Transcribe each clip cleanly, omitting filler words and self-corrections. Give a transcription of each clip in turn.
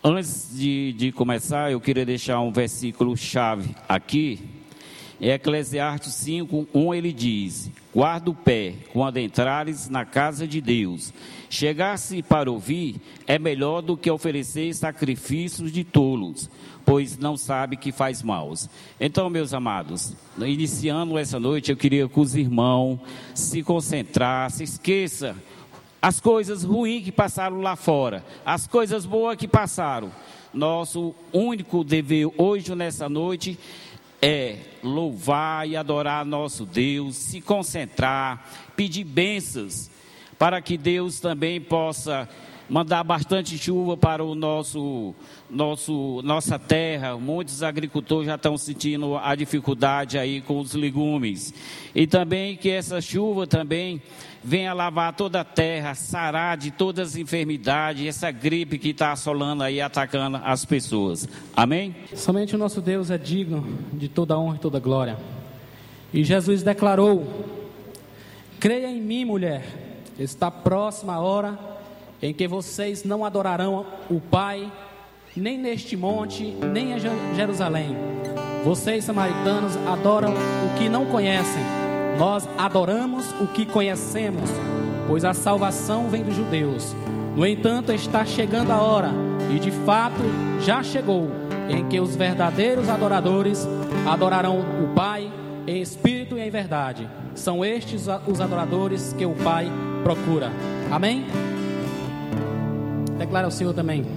Antes de começar, eu queria deixar um versículo chave aqui. Em Eclesiastes 5:1 ele diz: guarda o pé quando entrares na casa de Deus. Chegar-se para ouvir é melhor do que oferecer sacrifícios de tolos, pois não sabe que faz mal. Então, meus amados, iniciando essa noite, eu queria que os irmãos se concentrassem, esqueça as coisas ruins que passaram lá fora, as coisas boas que passaram. Nosso único dever hoje, nessa noite, é louvar e adorar nosso Deus, se concentrar, pedir bênçãos, para que Deus também possa mandar bastante chuva para o nossa terra. Muitos agricultores já estão sentindo a dificuldade aí com os legumes. E também que essa chuva também venha lavar toda a terra, sarar de todas as enfermidades, essa gripe que está assolando aí, atacando as pessoas. Amém? Somente o nosso Deus é digno de toda honra e toda glória. E Jesus declarou: creia em mim, mulher, está próxima a hora em que vocês não adorarão o Pai, nem neste monte, nem em Jerusalém. Vocês, samaritanos, adoram o que não conhecem. Nós adoramos o que conhecemos, pois a salvação vem dos judeus. No entanto, está chegando a hora, e de fato já chegou, em que os verdadeiros adoradores adorarão o Pai em espírito e em verdade. São estes os adoradores que o Pai procura. Amém? Declara o Senhor também.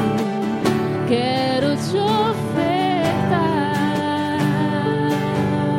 Quero te ofertar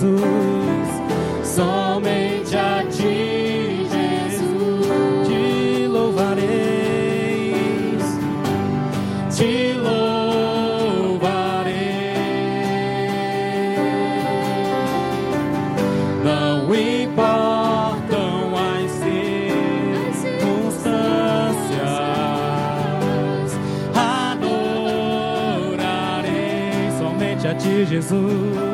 Jesus. Somente a ti, Jesus, te louvarei, te louvarei. Não importam as circunstâncias, adorarei somente a ti, Jesus.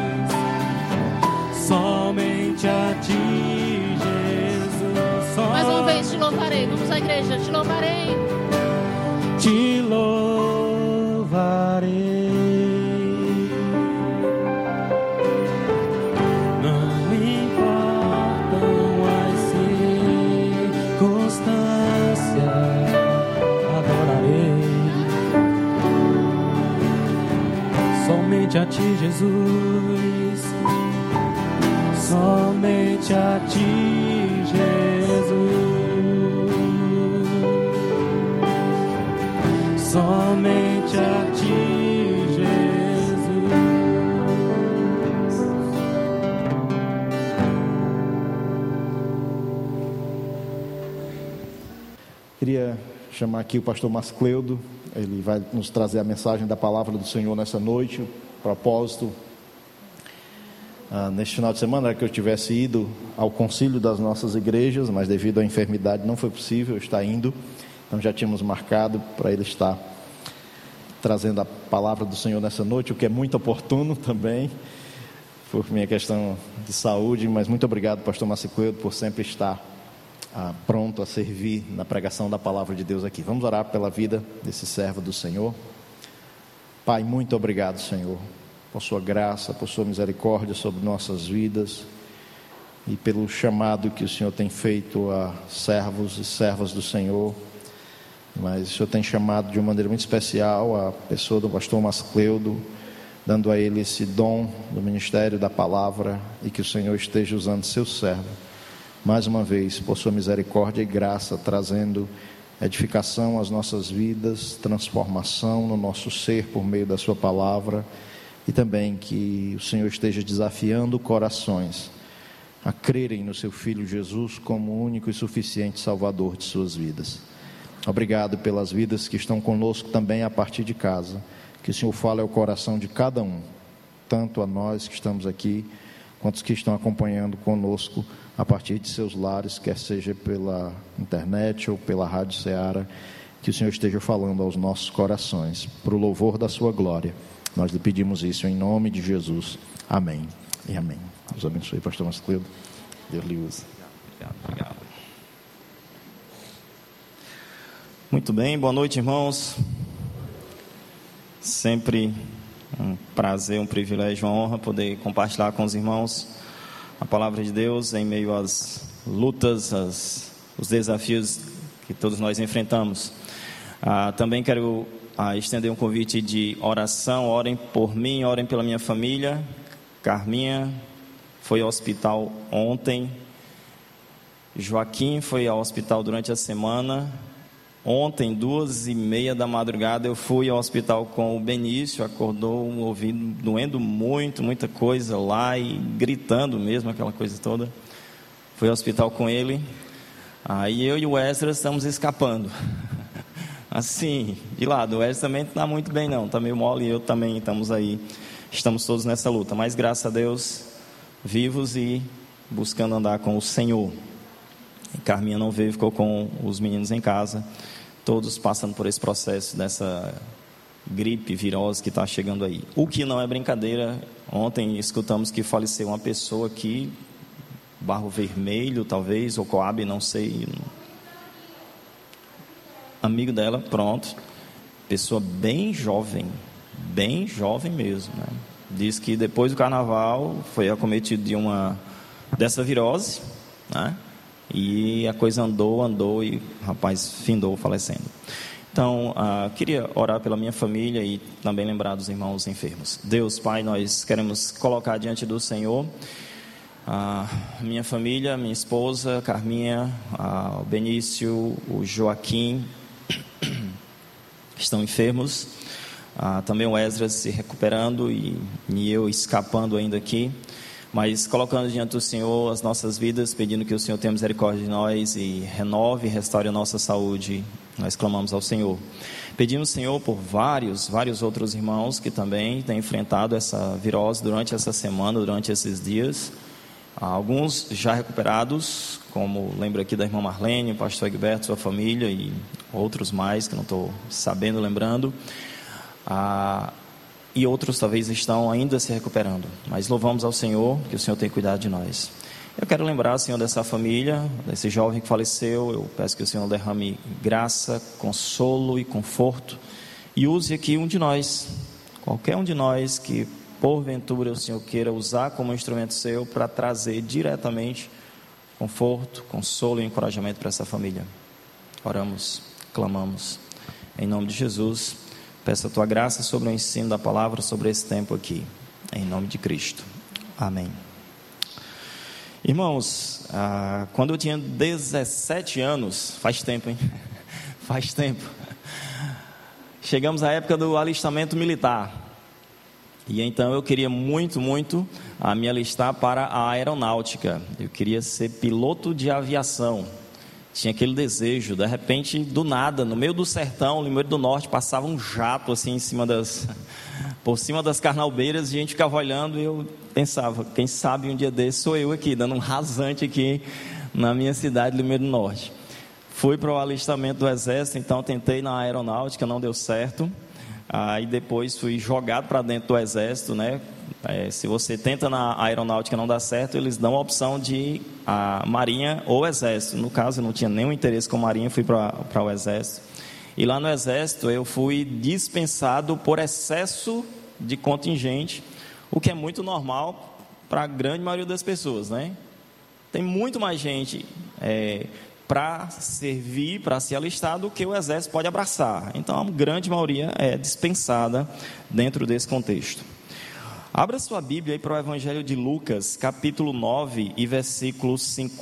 Somente a ti, Jesus. Mais uma vez te louvarei. Vamos à igreja, te louvarei. Te louvarei. Não importam as circunstâncias, adorarei somente a ti, Jesus. Somente a ti, Jesus. Somente a ti, Jesus. Queria chamar aqui o pastor Mascleudo. Ele vai nos trazer a mensagem da palavra do Senhor nessa noite. O propósito neste final de semana era que eu tivesse ido ao concílio das nossas igrejas, mas devido à enfermidade não foi possível estar indo. Então já tínhamos marcado para ele estar trazendo a palavra do Senhor nessa noite, o que é muito oportuno também, por minha questão de saúde. Mas muito obrigado, pastor Mascleudo, por sempre estar pronto a servir na pregação da palavra de Deus aqui. Vamos orar pela vida desse servo do Senhor. Pai, muito obrigado, Senhor, por sua graça, por sua misericórdia sobre nossas vidas e pelo chamado que o Senhor tem feito a servos e servas do Senhor. Mas o Senhor tem chamado de uma maneira muito especial a pessoa do pastor Mascleudo, dando a ele esse dom do ministério da palavra, e que o Senhor esteja usando seu servo mais uma vez por sua misericórdia e graça, trazendo edificação às nossas vidas, transformação no nosso ser por meio da sua palavra. E também que o Senhor esteja desafiando corações a crerem no seu Filho Jesus como o único e suficiente Salvador de suas vidas. Obrigado pelas vidas que estão conosco também a partir de casa. Que o Senhor fale ao coração de cada um, tanto a nós que estamos aqui, quanto os que estão acompanhando conosco a partir de seus lares, quer seja pela internet ou pela Rádio Ceará. Que o Senhor esteja falando aos nossos corações, para o louvor da sua glória. Nós lhe pedimos isso em nome de Jesus. Amém e amém. Deus abençoe, pastor Mascleudo. Deus lhe use. Obrigado. Muito bem, boa noite, irmãos. Sempre um prazer, um privilégio, uma honra poder compartilhar com os irmãos a palavra de Deus em meio às lutas, os desafios que todos nós enfrentamos. Também quero estender um convite de oração. Orem por mim, orem pela minha família. Carminha foi ao hospital ontem. Joaquim foi ao hospital durante a semana. Ontem, 2h30 da madrugada, eu fui ao hospital com o Benício. Acordou o ouvido doendo muito, muita coisa lá, e gritando mesmo, aquela coisa toda. Fui ao hospital com ele. Aí eu e o Wesley estamos escapando. Assim, de lado. O Wesley também não está muito bem não, está meio mole, e eu também estamos aí. Estamos todos nessa luta, mas graças a Deus, vivos e buscando andar com o Senhor. E Carminha não veio, ficou com os meninos em casa, todos passando por esse processo dessa gripe, virose que está chegando aí. O que não é brincadeira. Ontem escutamos que faleceu uma pessoa aqui, Barro Vermelho talvez, ou Coab, não sei, amigo dela, pronto, pessoa bem jovem mesmo, né? Diz que depois do carnaval foi acometido dessa virose, né? E a coisa andou e o rapaz findou falecendo. Então, queria orar pela minha família e também lembrar dos irmãos enfermos. Deus, Pai, nós queremos colocar diante do Senhor minha família, minha esposa, Carminha, o Benício, o Joaquim, estão enfermos. Também o Ezra se recuperando e eu escapando ainda aqui. mas colocando diante do Senhor as nossas vidas, pedindo que o Senhor tenha misericórdia de nós e renove e restaure a nossa saúde, nós clamamos ao Senhor. Pedimos, Senhor, por vários outros irmãos que também têm enfrentado essa virose durante essa semana, durante esses dias. Alguns já recuperados, como lembro aqui da irmã Marlene, o pastor Egberto, sua família, e outros mais que não estou sabendo, lembrando. E outros talvez estão ainda se recuperando, mas louvamos ao Senhor, que o Senhor tem cuidado de nós. Eu quero lembrar, Senhor, dessa família, desse jovem que faleceu. Eu peço que o Senhor derrame graça, consolo e conforto, e use aqui um de nós, qualquer um de nós que porventura o Senhor queira usar como instrumento seu para trazer diretamente conforto, consolo e encorajamento para essa família. Oramos, clamamos, em nome de Jesus. Peço a tua graça sobre o ensino da palavra, sobre esse tempo aqui, em nome de Cristo. Amém. Irmãos, quando eu tinha 17 anos, faz tempo, hein? Faz tempo. Chegamos à época do alistamento militar. E então eu queria muito me alistar para a aeronáutica. Eu queria ser piloto de aviação. Tinha aquele desejo. De repente, do nada, no meio do sertão, no meio do norte, passava um jato assim por cima das carnalbeiras, e a gente ficava olhando, e eu pensava, quem sabe um dia desse sou eu aqui, dando um rasante aqui na minha cidade, no meio do norte. Fui para o alistamento do exército, então tentei na aeronáutica, não deu certo. Aí depois fui jogado para dentro do exército, né? Se você tenta na aeronáutica e não dá certo, eles dão a opção de a marinha ou exército. No caso, eu não tinha nenhum interesse com a marinha, fui para o exército. E lá no exército eu fui dispensado por excesso de contingente, o que é muito normal para a grande maioria das pessoas, né? Tem muito mais gente para servir, para se alistar, do que o exército pode abraçar. Então a grande maioria é dispensada dentro desse contexto. Abra sua Bíblia aí para o Evangelho de Lucas, capítulo 9 e versículo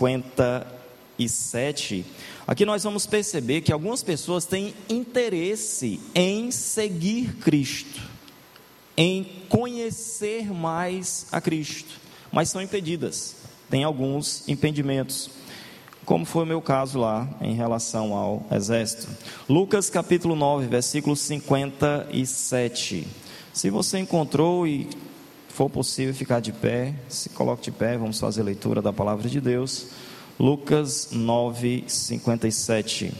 57. Aqui nós vamos perceber que algumas pessoas têm interesse em seguir Cristo, em conhecer mais a Cristo, mas são impedidas, tem alguns impedimentos, como foi o meu caso lá em relação ao exército. Lucas capítulo 9, versículo 57. Se você encontrou e for possível ficar de pé, se coloque de pé, vamos fazer a leitura da palavra de Deus. Lucas 9, 57.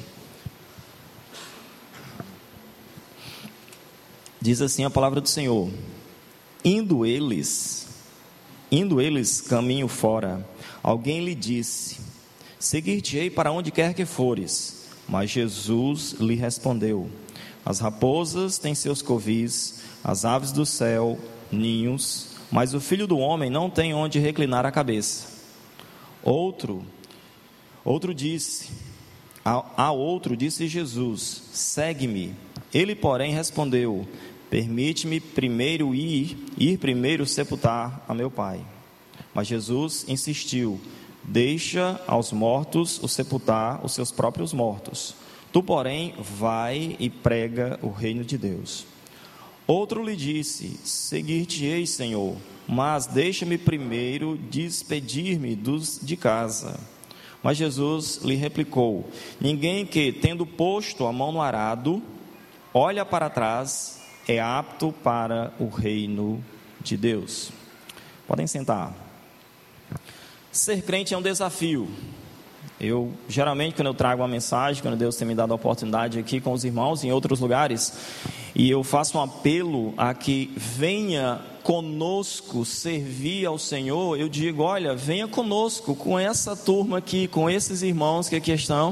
Diz assim a palavra do Senhor: Indo eles caminho fora, alguém lhe disse: Seguir-te-ei para onde quer que fores. Mas Jesus lhe respondeu: As raposas têm seus covis, as aves do céu ninhos, mas o Filho do homem não tem onde reclinar a cabeça. Outro disse, a outro disse Jesus: Segue-me. Ele, porém, respondeu: Permite-me primeiro ir primeiro sepultar a meu Pai. Mas Jesus insistiu: Deixa aos mortos o sepultar os seus próprios mortos. Tu, porém, vai e prega o reino de Deus. Outro lhe disse: Seguir-te-ei, Senhor, mas deixa-me primeiro despedir-me dos de casa. Mas Jesus lhe replicou: Ninguém que, tendo posto a mão no arado, olha para trás, é apto para o reino de Deus. Podem sentar. Ser crente é um desafio. Eu, geralmente, quando eu trago uma mensagem, quando Deus tem me dado a oportunidade aqui com os irmãos em outros lugares, e eu faço um apelo a que venha conosco servir ao Senhor, eu digo: olha, venha conosco, com essa turma aqui, com esses irmãos que aqui estão,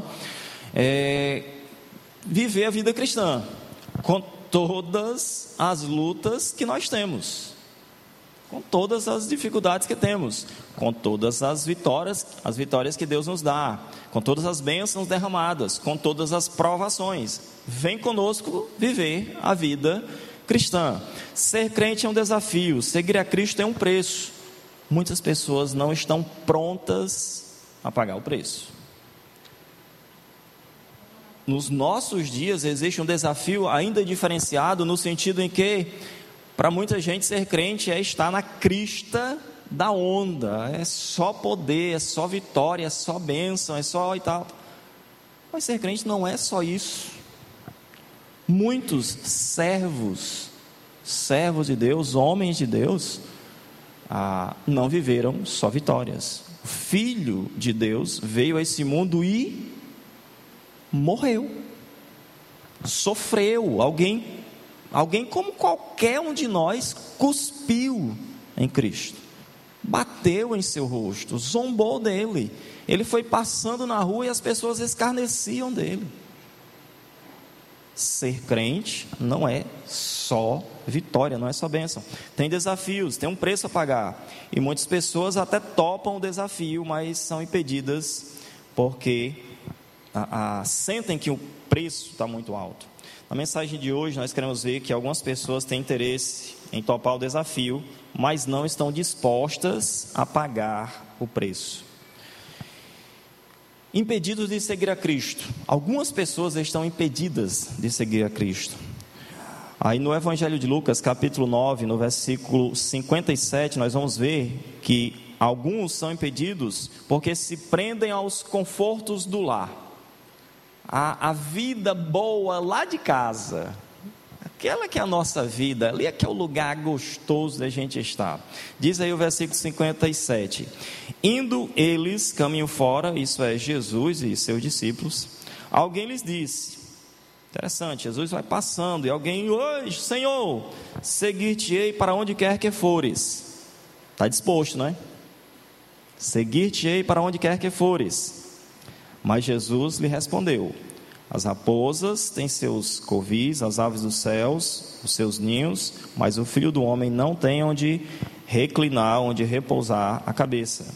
viver a vida cristã, com todas as lutas que nós temos, com todas as dificuldades que temos, com todas as vitórias que Deus nos dá, com todas as bênçãos derramadas, com todas as provações. Vem conosco viver a vida cristã. Ser crente é um desafio, seguir a Cristo é um preço. Muitas pessoas não estão prontas a pagar o preço. Nos nossos dias existe um desafio ainda diferenciado, no sentido em que, para muita gente, ser crente é estar na crista da onda, é só poder, é só vitória, é só bênção, é só e tal. Mas ser crente não é só isso. Muitos servos de Deus, homens de Deus, não viveram só vitórias. O Filho de Deus veio a esse mundo e morreu, sofreu. Alguém como qualquer um de nós cuspiu em Cristo, bateu em seu rosto, zombou dele. Ele foi passando na rua e as pessoas escarneciam dele. Ser crente não é só vitória, não é só bênção. Tem desafios, tem um preço a pagar. E muitas pessoas até topam o desafio, mas são impedidas porque sentem que o preço está muito alto. Na mensagem de hoje nós queremos ver que algumas pessoas têm interesse em topar o desafio, mas não estão dispostas a pagar o preço. Impedidos de seguir a Cristo. Algumas pessoas estão impedidas de seguir a Cristo. Aí no Evangelho de Lucas, capítulo 9, no versículo 57, nós vamos ver que alguns são impedidos porque se prendem aos confortos do lar. A vida boa lá de casa, aquela que é a nossa vida, ali é que é o lugar gostoso da gente estar. Diz aí o versículo 57: indo eles caminho fora, isso é Jesus e seus discípulos, alguém lhes disse, interessante, Jesus vai passando e alguém, oi Senhor, seguir-te-ei para onde quer que fores. Está disposto, não é? Seguir-te-ei para onde quer que fores. Mas Jesus lhe respondeu: as raposas têm seus covis, as aves dos céus, os seus ninhos, mas o Filho do Homem não tem onde reclinar, onde repousar a cabeça.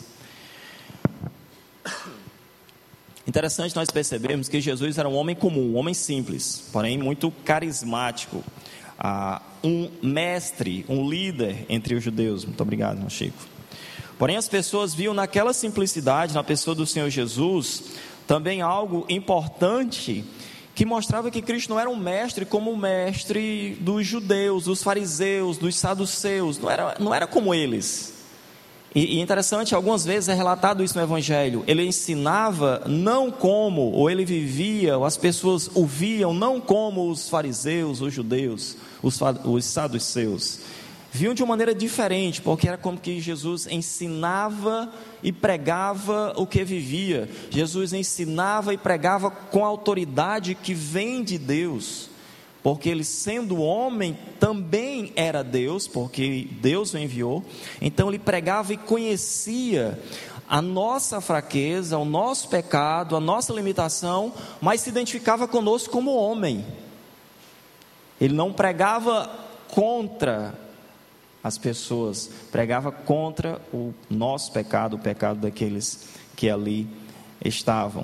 Interessante nós percebermos que Jesus era um homem comum, um homem simples, porém muito carismático, um mestre, um líder entre os judeus. Muito obrigado, meu Chico. Porém as pessoas viam naquela simplicidade, na pessoa do Senhor Jesus, também algo importante, que mostrava que Cristo não era um mestre como o mestre dos judeus, dos fariseus, dos saduceus, não era como eles. E interessante, algumas vezes é relatado isso no Evangelho, ele ensinava não como, ou ele vivia, ou as pessoas o viam não como os fariseus, os judeus, os saduceus. Viam de uma maneira diferente, porque era como que Jesus ensinava e pregava o que vivia. Jesus ensinava e pregava com a autoridade que vem de Deus, porque ele, sendo homem, também era Deus, porque Deus o enviou. Então ele pregava e conhecia a nossa fraqueza, o nosso pecado, a nossa limitação, mas se identificava conosco como homem. Ele não pregava contra as pessoas, pregava contra o nosso pecado, o pecado daqueles que ali estavam.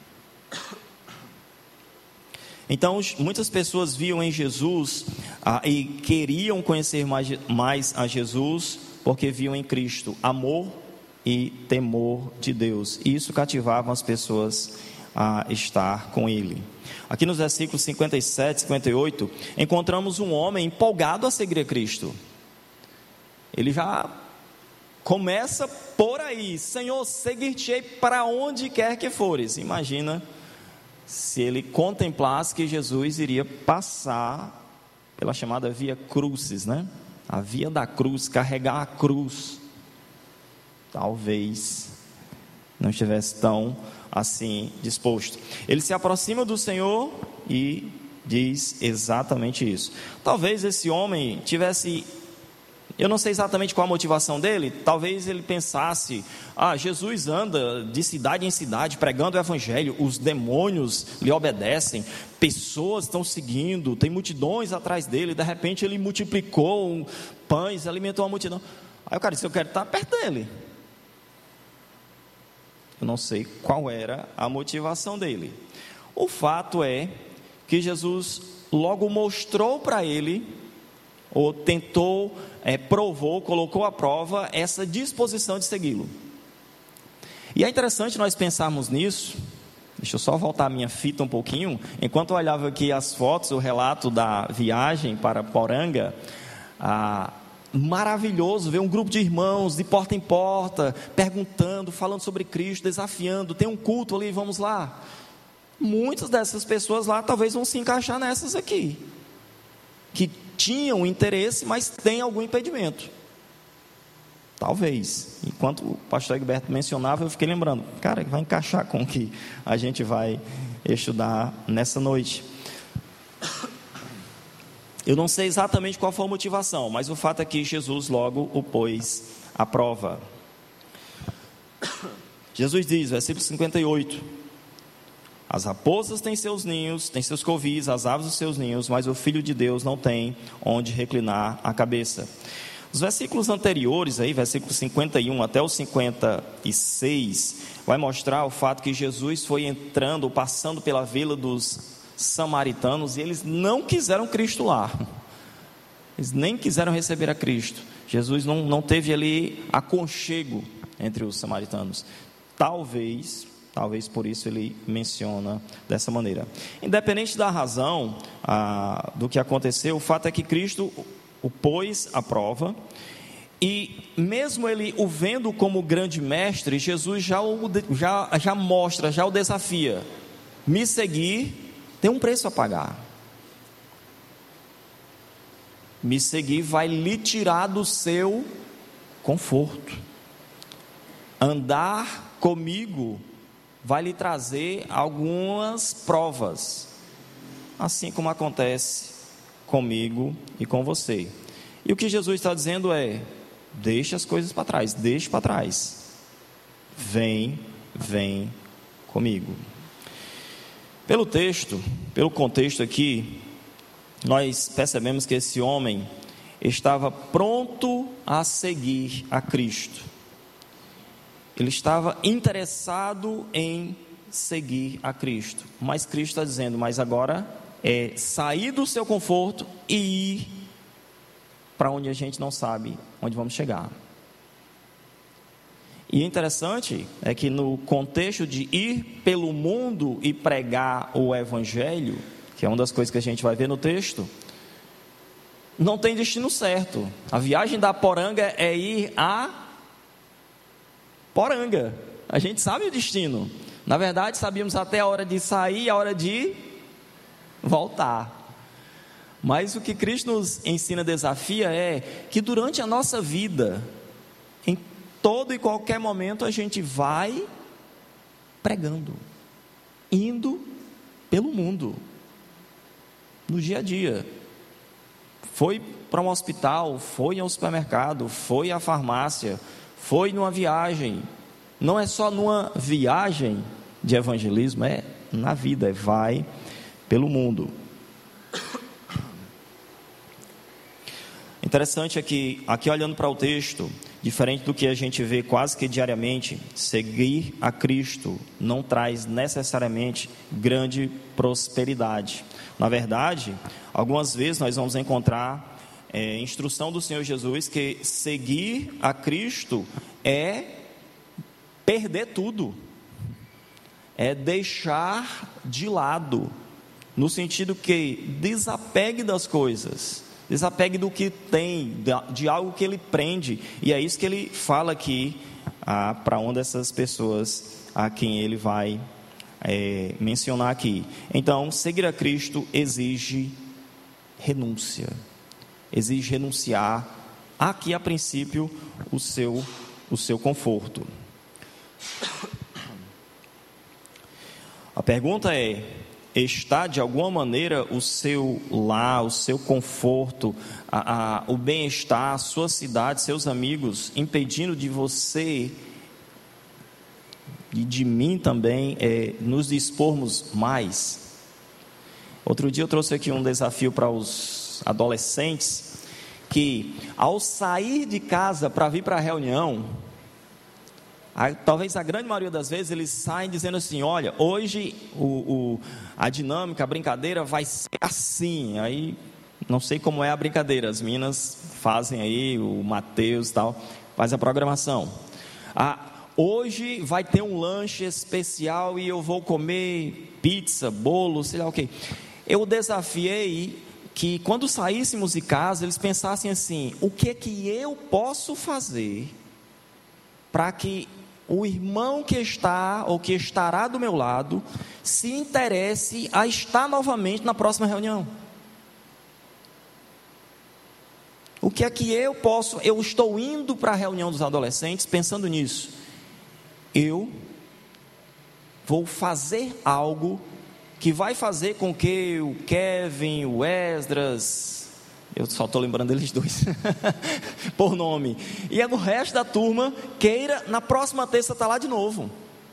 Então muitas pessoas viam em Jesus e queriam conhecer mais a Jesus, porque viam em Cristo amor e temor de Deus, e isso cativava as pessoas a estar com Ele. Aqui nos versículos 57 e 58 encontramos um homem empolgado a seguir a Cristo. Ele já começa por aí: Senhor, seguir-te-ei para onde quer que fores. Imagina se ele contemplasse que Jesus iria passar pela chamada via crucis, né? A via da cruz, carregar a cruz. Talvez não estivesse tão assim disposto. Ele se aproxima do Senhor e diz exatamente isso. Talvez esse homem tivesse, eu não sei exatamente qual a motivação dele, talvez ele pensasse: Jesus anda de cidade em cidade pregando o evangelho, os demônios lhe obedecem, pessoas estão seguindo, tem multidões atrás dele, de repente ele multiplicou pães, alimentou a multidão. Aí o cara disse: eu quero estar perto dele. Eu não sei qual era a motivação dele. O fato é que Jesus logo mostrou para ele, ou tentou, provou, colocou à prova essa disposição de segui-lo. E é interessante nós pensarmos nisso. Deixa eu só voltar a minha fita um pouquinho. Enquanto eu olhava aqui as fotos, o relato da viagem para Poranga, maravilhoso ver um grupo de irmãos de porta em porta, perguntando, falando sobre Cristo, desafiando. Tem um culto ali, vamos lá. Muitas dessas pessoas lá talvez vão se encaixar nessas aqui, que tinham interesse, mas tem algum impedimento. Talvez. Enquanto o pastor Egberto mencionava, eu fiquei lembrando, cara, vai encaixar com o que a gente vai estudar nessa noite. Eu não sei exatamente qual foi a motivação, mas o fato é que Jesus logo o pôs à prova. Jesus diz, versículo 58: as raposas têm seus ninhos, têm seus covis, as aves os seus ninhos, mas o Filho de Deus não tem onde reclinar a cabeça. Os versículos anteriores, aí, versículo 51 até o 56, vai mostrar o fato que Jesus foi entrando, passando pela vila dos samaritanos, e eles não quiseram Cristo lá. Eles nem quiseram receber a Cristo. Jesus não teve ali aconchego entre os samaritanos. Talvez por isso ele menciona dessa maneira. Independente da razão do que aconteceu, o fato é que Cristo o pôs à prova, e mesmo ele o vendo como grande mestre, Jesus já mostra, já o desafia: me seguir tem um preço a pagar. Me seguir vai lhe tirar do seu conforto. Andar comigo vai lhe trazer algumas provas, assim como acontece comigo e com você. E o que Jesus está dizendo é: deixe as coisas para trás, deixe para trás, vem comigo. Pelo texto, pelo contexto aqui, nós percebemos que esse homem estava pronto a seguir a Cristo. Ele estava interessado em seguir a Cristo, mas Cristo está dizendo: mas agora é sair do seu conforto e ir para onde a gente não sabe onde vamos chegar. E interessante é que no contexto de ir pelo mundo e pregar o Evangelho, que é uma das coisas que a gente vai ver no texto, não tem destino certo. A viagem da Poranga é ir a Poranga. A gente sabe o destino. Na verdade, sabíamos até a hora de sair e a hora de voltar. Mas o que Cristo nos ensina, desafia, é que durante a nossa vida, em todo e qualquer momento, a gente vai pregando, indo pelo mundo, no dia a dia. Foi para um hospital, foi ao supermercado, foi à farmácia, foi numa viagem. Não é só numa viagem de evangelismo, é na vida, vai pelo mundo. Interessante é que, aqui olhando para o texto, diferente do que a gente vê quase que diariamente, seguir a Cristo não traz necessariamente grande prosperidade. Na verdade, algumas vezes nós vamos encontrar instrução do Senhor Jesus que seguir a Cristo é perder tudo, é deixar de lado, no sentido que desapegue das coisas, desapegue do que tem, de algo que ele prende. E é isso que ele fala aqui para uma dessas pessoas a quem ele vai mencionar aqui. Então, seguir a Cristo exige renúncia, exige renunciar aqui a princípio o seu conforto. A pergunta é: está de alguma maneira o seu lar, o seu conforto, o bem-estar, a sua cidade, seus amigos, impedindo de você e de mim também nos dispormos mais? Outro dia eu trouxe aqui um desafio para os adolescentes, que ao sair de casa para vir para a reunião, talvez a grande maioria das vezes eles saem dizendo assim: olha, hoje a dinâmica, a brincadeira vai ser assim. Aí não sei como é a brincadeira, as meninas fazem aí, o Mateus e tal, faz a programação. Hoje vai ter um lanche especial e eu vou comer pizza, bolo, sei lá o que. Eu desafiei que quando saíssemos de casa, eles pensassem assim: o que é que eu posso fazer para que o irmão que está ou que estará do meu lado se interesse a estar novamente na próxima reunião? O que é que eu posso? Eu estou indo para a reunião dos adolescentes pensando nisso. Eu vou fazer algo que vai fazer com que o Kevin, o Esdras, eu só estou lembrando deles dois por nome, e o resto da turma queira na próxima terça estar lá de novo.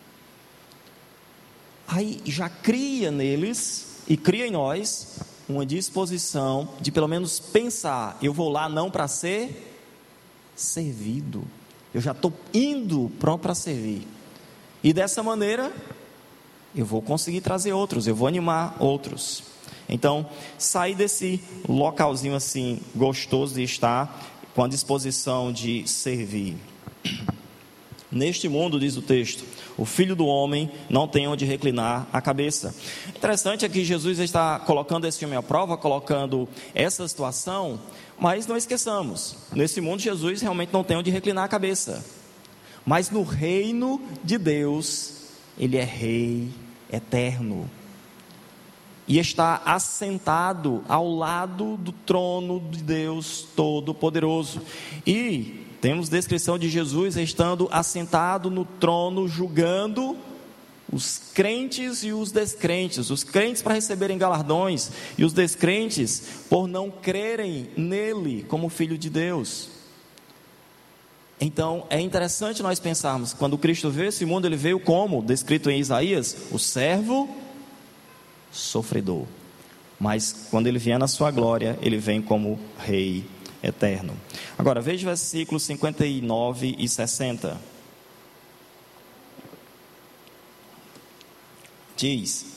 Aí já cria neles e cria em nós uma disposição de pelo menos pensar: eu vou lá não para ser servido, eu já estou indo pronto para servir, e dessa maneira eu vou conseguir trazer outros, eu vou animar outros. Então, sair desse localzinho assim gostoso de estar, com a disposição de servir. Neste mundo, diz o texto, o Filho do Homem não tem onde reclinar a cabeça. Interessante é que Jesus está colocando esse filme à prova, colocando essa situação, mas não esqueçamos, nesse mundo Jesus realmente não tem onde reclinar a cabeça. Mas no reino de Deus, Ele é Rei eterno. E está assentado ao lado do trono de Deus Todo-Poderoso. E temos descrição de Jesus estando assentado no trono, julgando os crentes e os descrentes. Os crentes para receberem galardões e os descrentes por não crerem nele como Filho de Deus. Então é interessante nós pensarmos, quando Cristo veio esse mundo, Ele veio como? Descrito em Isaías, o servo sofredor. Mas quando Ele vier na sua glória, Ele vem como Rei eterno. Agora veja versículos 59 e 60. Diz: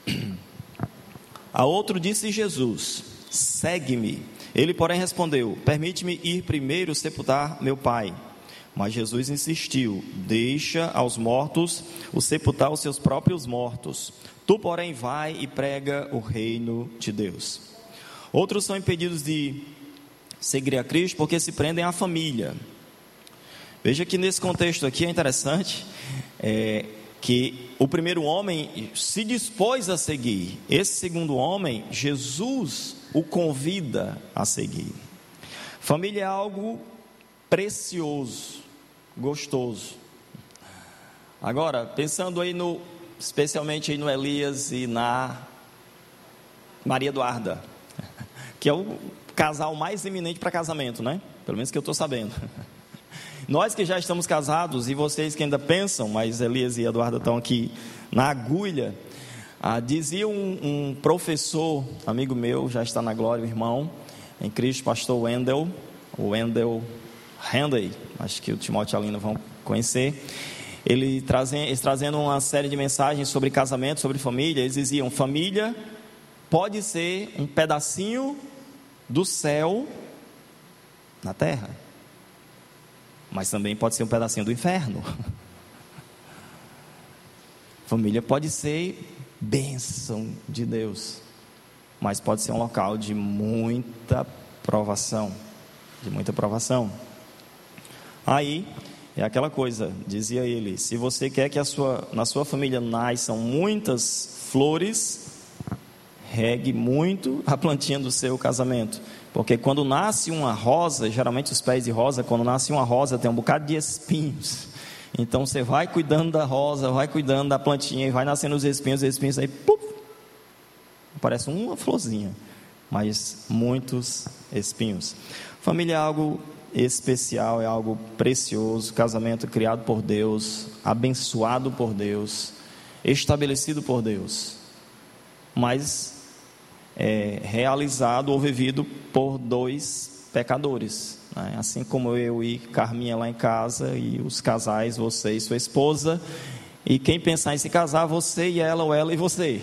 a outro disse Jesus: segue-me. Ele porém respondeu: permite-me ir primeiro sepultar meu pai. Mas Jesus insistiu: deixa aos mortos o sepultar os seus próprios mortos. Tu, porém, vai e prega o reino de Deus. Outros são impedidos de seguir a Cristo porque se prendem à família. Veja que nesse contexto aqui é interessante que o primeiro homem se dispôs a seguir. Esse segundo homem, Jesus o convida a seguir. Família é algo precioso, gostoso. Agora, pensando aí especialmente aí no Elias e na Maria Eduarda, que é o casal mais eminente para casamento, né? Pelo menos que eu estou sabendo. Nós que já estamos casados e vocês que ainda pensam, mas Elias e Eduarda estão aqui na agulha. Dizia um professor, amigo meu, já está na glória, o irmão em Cristo, pastor Wendel Handley, acho que o Timóteo e a Alina vão conhecer. Eles trazendo uma série de mensagens sobre casamento, sobre família. Eles diziam: família pode ser um pedacinho do céu na terra, mas também pode ser um pedacinho do inferno. Família pode ser bênção de Deus, mas pode ser um local de muita provação, Aí é aquela coisa, dizia ele: se você quer que na sua família nasçam muitas flores, regue muito a plantinha do seu casamento, porque quando nasce uma rosa, geralmente os pés de rosa, quando nasce uma rosa tem um bocado de espinhos. Então você vai cuidando da rosa, vai cuidando da plantinha, e vai nascendo os espinhos aí, puf, parece uma florzinha, mas muitos espinhos. Família é algo especial, é algo precioso. Casamento criado por Deus, abençoado por Deus, estabelecido por Deus, mas realizado ou vivido por dois pecadores, né? Assim como eu e Carminha lá em casa, e os casais, você e sua esposa, e quem pensar em se casar, você e ela, ou ela e você.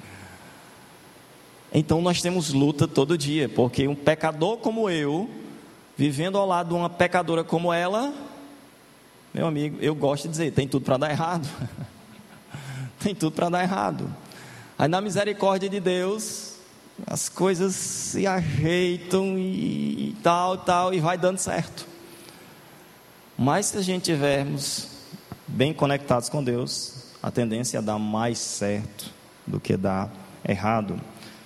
Então nós temos luta todo dia, porque um pecador como eu, vivendo ao lado de uma pecadora como ela, meu amigo, eu gosto de dizer, tem tudo para dar errado. Tem tudo para dar errado. Aí na misericórdia de Deus, as coisas se ajeitam e tal, e vai dando certo. Mas se a gente estivermos bem conectados com Deus, a tendência é dar mais certo do que dar errado.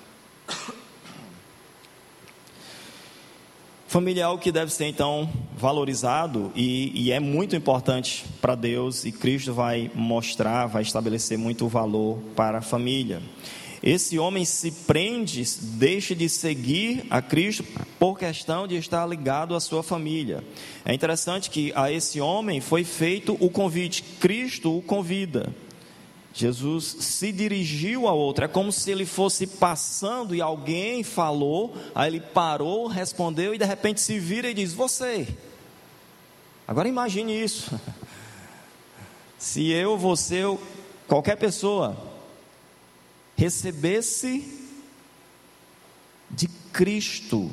Família é algo que deve ser então valorizado e é muito importante para Deus, e Cristo vai mostrar, vai estabelecer muito valor para a família. Esse homem se prende, deixa de seguir a Cristo por questão de estar ligado à sua família. É interessante que a esse homem foi feito o convite, Cristo o convida. Jesus se dirigiu ao outro, é como se ele fosse passando e alguém falou, aí ele parou, respondeu e de repente se vira e diz: você. Agora imagine isso, se eu, você, qualquer pessoa recebesse de Cristo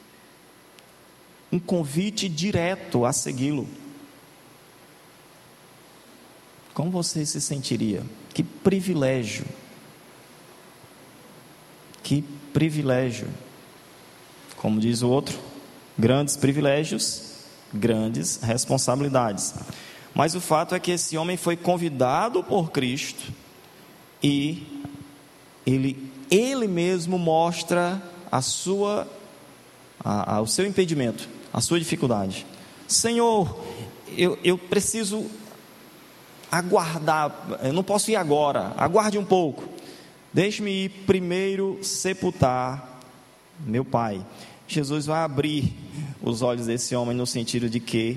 um convite direto a segui-lo, como você se sentiria? Que privilégio, que privilégio. Como diz o outro, grandes privilégios, grandes responsabilidades. Mas o fato é que esse homem foi convidado por Cristo e ele mesmo mostra o seu impedimento, a sua dificuldade. Senhor, eu preciso aguardar, eu não posso ir agora, aguarde um pouco, deixe-me ir primeiro sepultar meu pai. Jesus vai abrir os olhos desse homem no sentido de que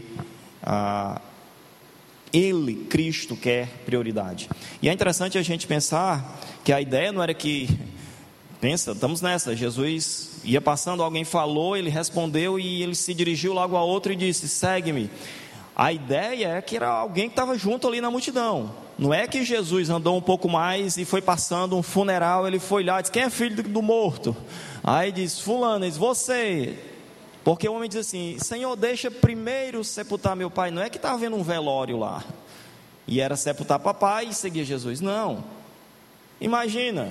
ele, Cristo, quer prioridade. E é interessante a gente pensar que a ideia não era que, estamos nessa, Jesus ia passando, alguém falou, ele respondeu e ele se dirigiu logo a outro e disse: segue-me. A ideia é que era alguém que estava junto ali na multidão. Não é que Jesus andou um pouco mais e foi passando um funeral, ele foi lá e disse: quem é filho do morto? Aí diz: fulano, diz: você. Porque o homem diz assim: Senhor, deixa primeiro sepultar meu pai. Não é que estava havendo um velório lá e era sepultar papai e seguir Jesus. Não. Imagina,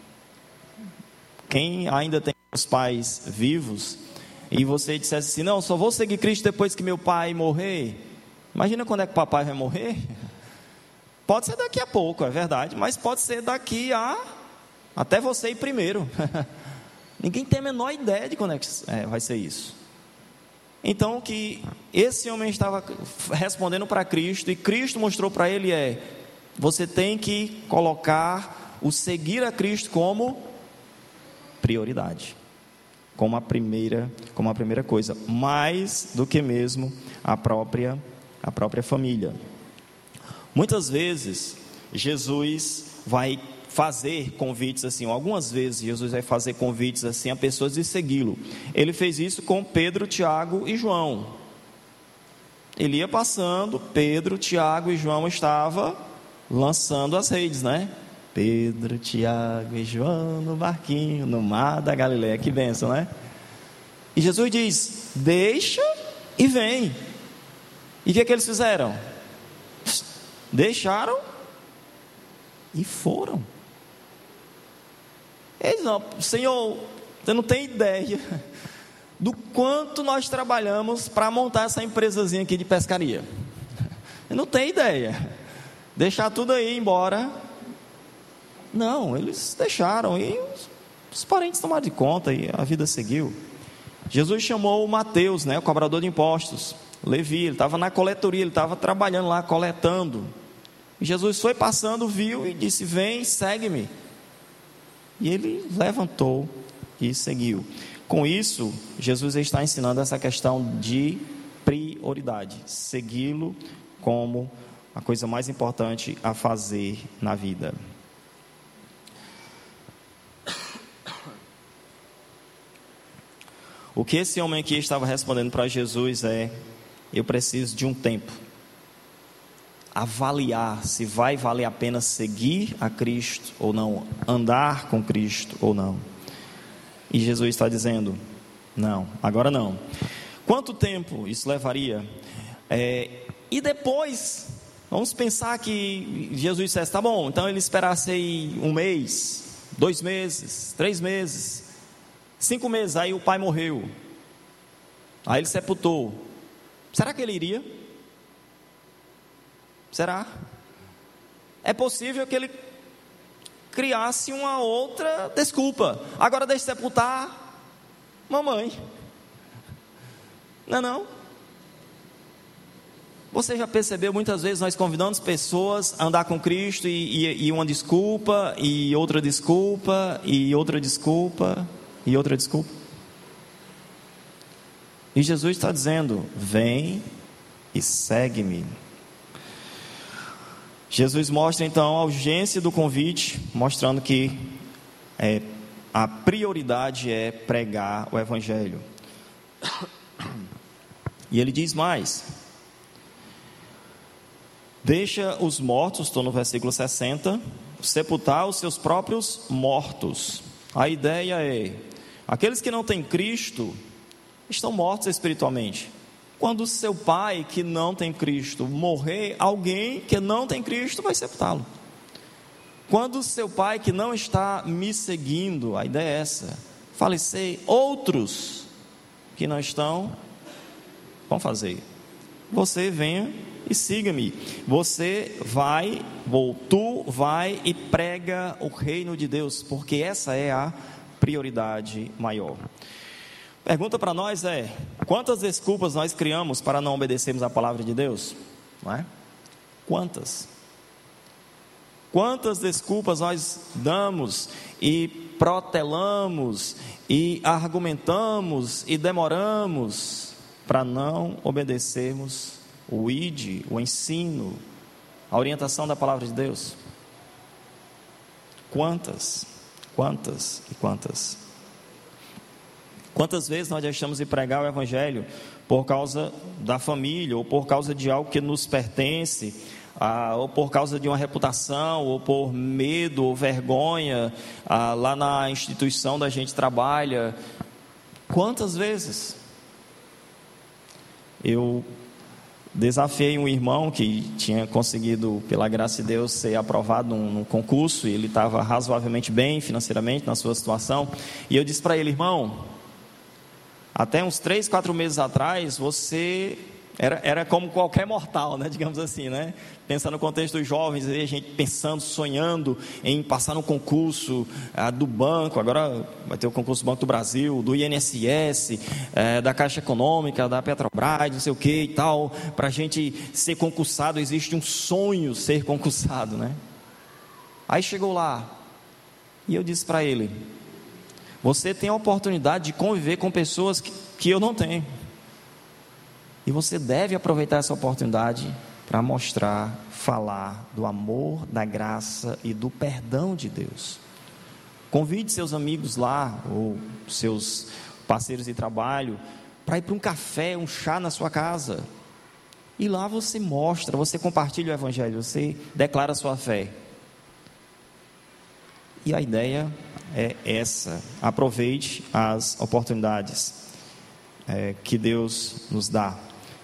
quem ainda tem os pais vivos e você dissesse assim: não, só vou seguir Cristo depois que meu pai morrer. Imagina quando é que o papai vai morrer. Pode ser daqui a pouco, é verdade, mas pode ser daqui até você ir primeiro. Ninguém tem a menor ideia de quando é que vai ser isso. Então, o que esse homem estava respondendo para Cristo, e Cristo mostrou para ele você tem que colocar o seguir a Cristo como prioridade, como a primeira coisa, mais do que mesmo a própria família. Muitas vezes Jesus vai fazer convites assim, ou algumas vezes Jesus vai fazer convites assim a pessoas de segui-lo. Ele fez isso com Pedro, Tiago e João. Ele ia passando, Pedro, Tiago e João estavam lançando as redes, né? Pedro, Tiago e João no barquinho, no mar da Galileia. Que bênção, né? E Jesus diz: deixa e vem. E o que eles fizeram? Deixaram e foram. Eles não: Senhor, você não tem ideia do quanto nós trabalhamos para montar essa empresazinha aqui de pescaria. Eu não tenho ideia. Deixar tudo aí e ir embora. Não, eles deixaram e os parentes tomaram de conta e a vida seguiu. Jesus chamou o Mateus, o cobrador de impostos, Levi, ele estava na coletoria, ele estava trabalhando lá, coletando. E Jesus foi passando, viu e disse: vem, segue-me. E ele levantou e seguiu. Com isso, Jesus está ensinando essa questão de prioridade, segui-lo como a coisa mais importante a fazer na vida. O que esse homem aqui estava respondendo para Jesus eu preciso de um tempo, avaliar se vai valer a pena seguir a Cristo ou não, andar com Cristo ou não. E Jesus está dizendo: não, agora não. Quanto tempo isso levaria? E depois, vamos pensar que Jesus dissesse: tá bom, então ele esperasse aí 1 mês, 2 meses, 3 meses. 5 meses, aí o pai morreu. Aí ele sepultou. Será que ele iria? Será? É possível que ele criasse uma outra desculpa. Agora deixe sepultar mamãe. Não é não? Você já percebeu, muitas vezes nós convidamos pessoas a andar com Cristo e uma desculpa, e outra desculpa, e outra desculpa, e outra desculpa. E Jesus está dizendo: vem e segue-me. Jesus mostra então a urgência do convite, mostrando que a prioridade é pregar o Evangelho. E ele diz mais: deixa os mortos, estou no versículo 60, sepultar os seus próprios mortos. A ideia é: aqueles que não têm Cristo estão mortos espiritualmente. Quando o seu pai que não tem Cristo morrer, alguém que não tem Cristo vai sepultá-lo. Quando o seu pai que não está me seguindo, a ideia é essa, falecer, outros que não estão vão fazer. Você venha e siga-me. Você vai, ou tu vai e prega o reino de Deus, porque essa é a prioridade maior. Pergunta para nós é: quantas desculpas nós criamos para não obedecermos a palavra de Deus? Não é? Quantas? Quantas desculpas nós damos e protelamos e argumentamos e demoramos para não obedecermos o ID, o ensino, a orientação da palavra de Deus? Quantas? Quantas e quantas? Quantas vezes nós deixamos de pregar o Evangelho por causa da família, ou por causa de algo que nos pertence, ou por causa de uma reputação, ou por medo ou vergonha, lá na instituição da gente trabalha? Quantas vezes? Eu desafiei um irmão que tinha conseguido, pela graça de Deus, ser aprovado num concurso, e ele estava razoavelmente bem financeiramente na sua situação, e eu disse para ele: irmão, até uns 3, 4 meses atrás, você era como qualquer mortal, né? Digamos assim, né? Pensando no contexto dos jovens, a gente pensando, sonhando em passar no concurso do banco. Agora vai ter o concurso do Banco do Brasil, do INSS, da Caixa Econômica, da Petrobras, não sei o que e tal. Para a gente ser concursado, existe um sonho ser concursado, né? Aí chegou lá, e eu disse para ele: você tem a oportunidade de conviver com pessoas que eu não tenho. E você deve aproveitar essa oportunidade para mostrar, falar do amor, da graça e do perdão de Deus. Convide seus amigos lá, ou seus parceiros de trabalho, para ir para um café, um chá na sua casa. E lá você mostra, você compartilha o Evangelho, você declara a sua fé. E a ideia é essa: aproveite as oportunidades que Deus nos dá.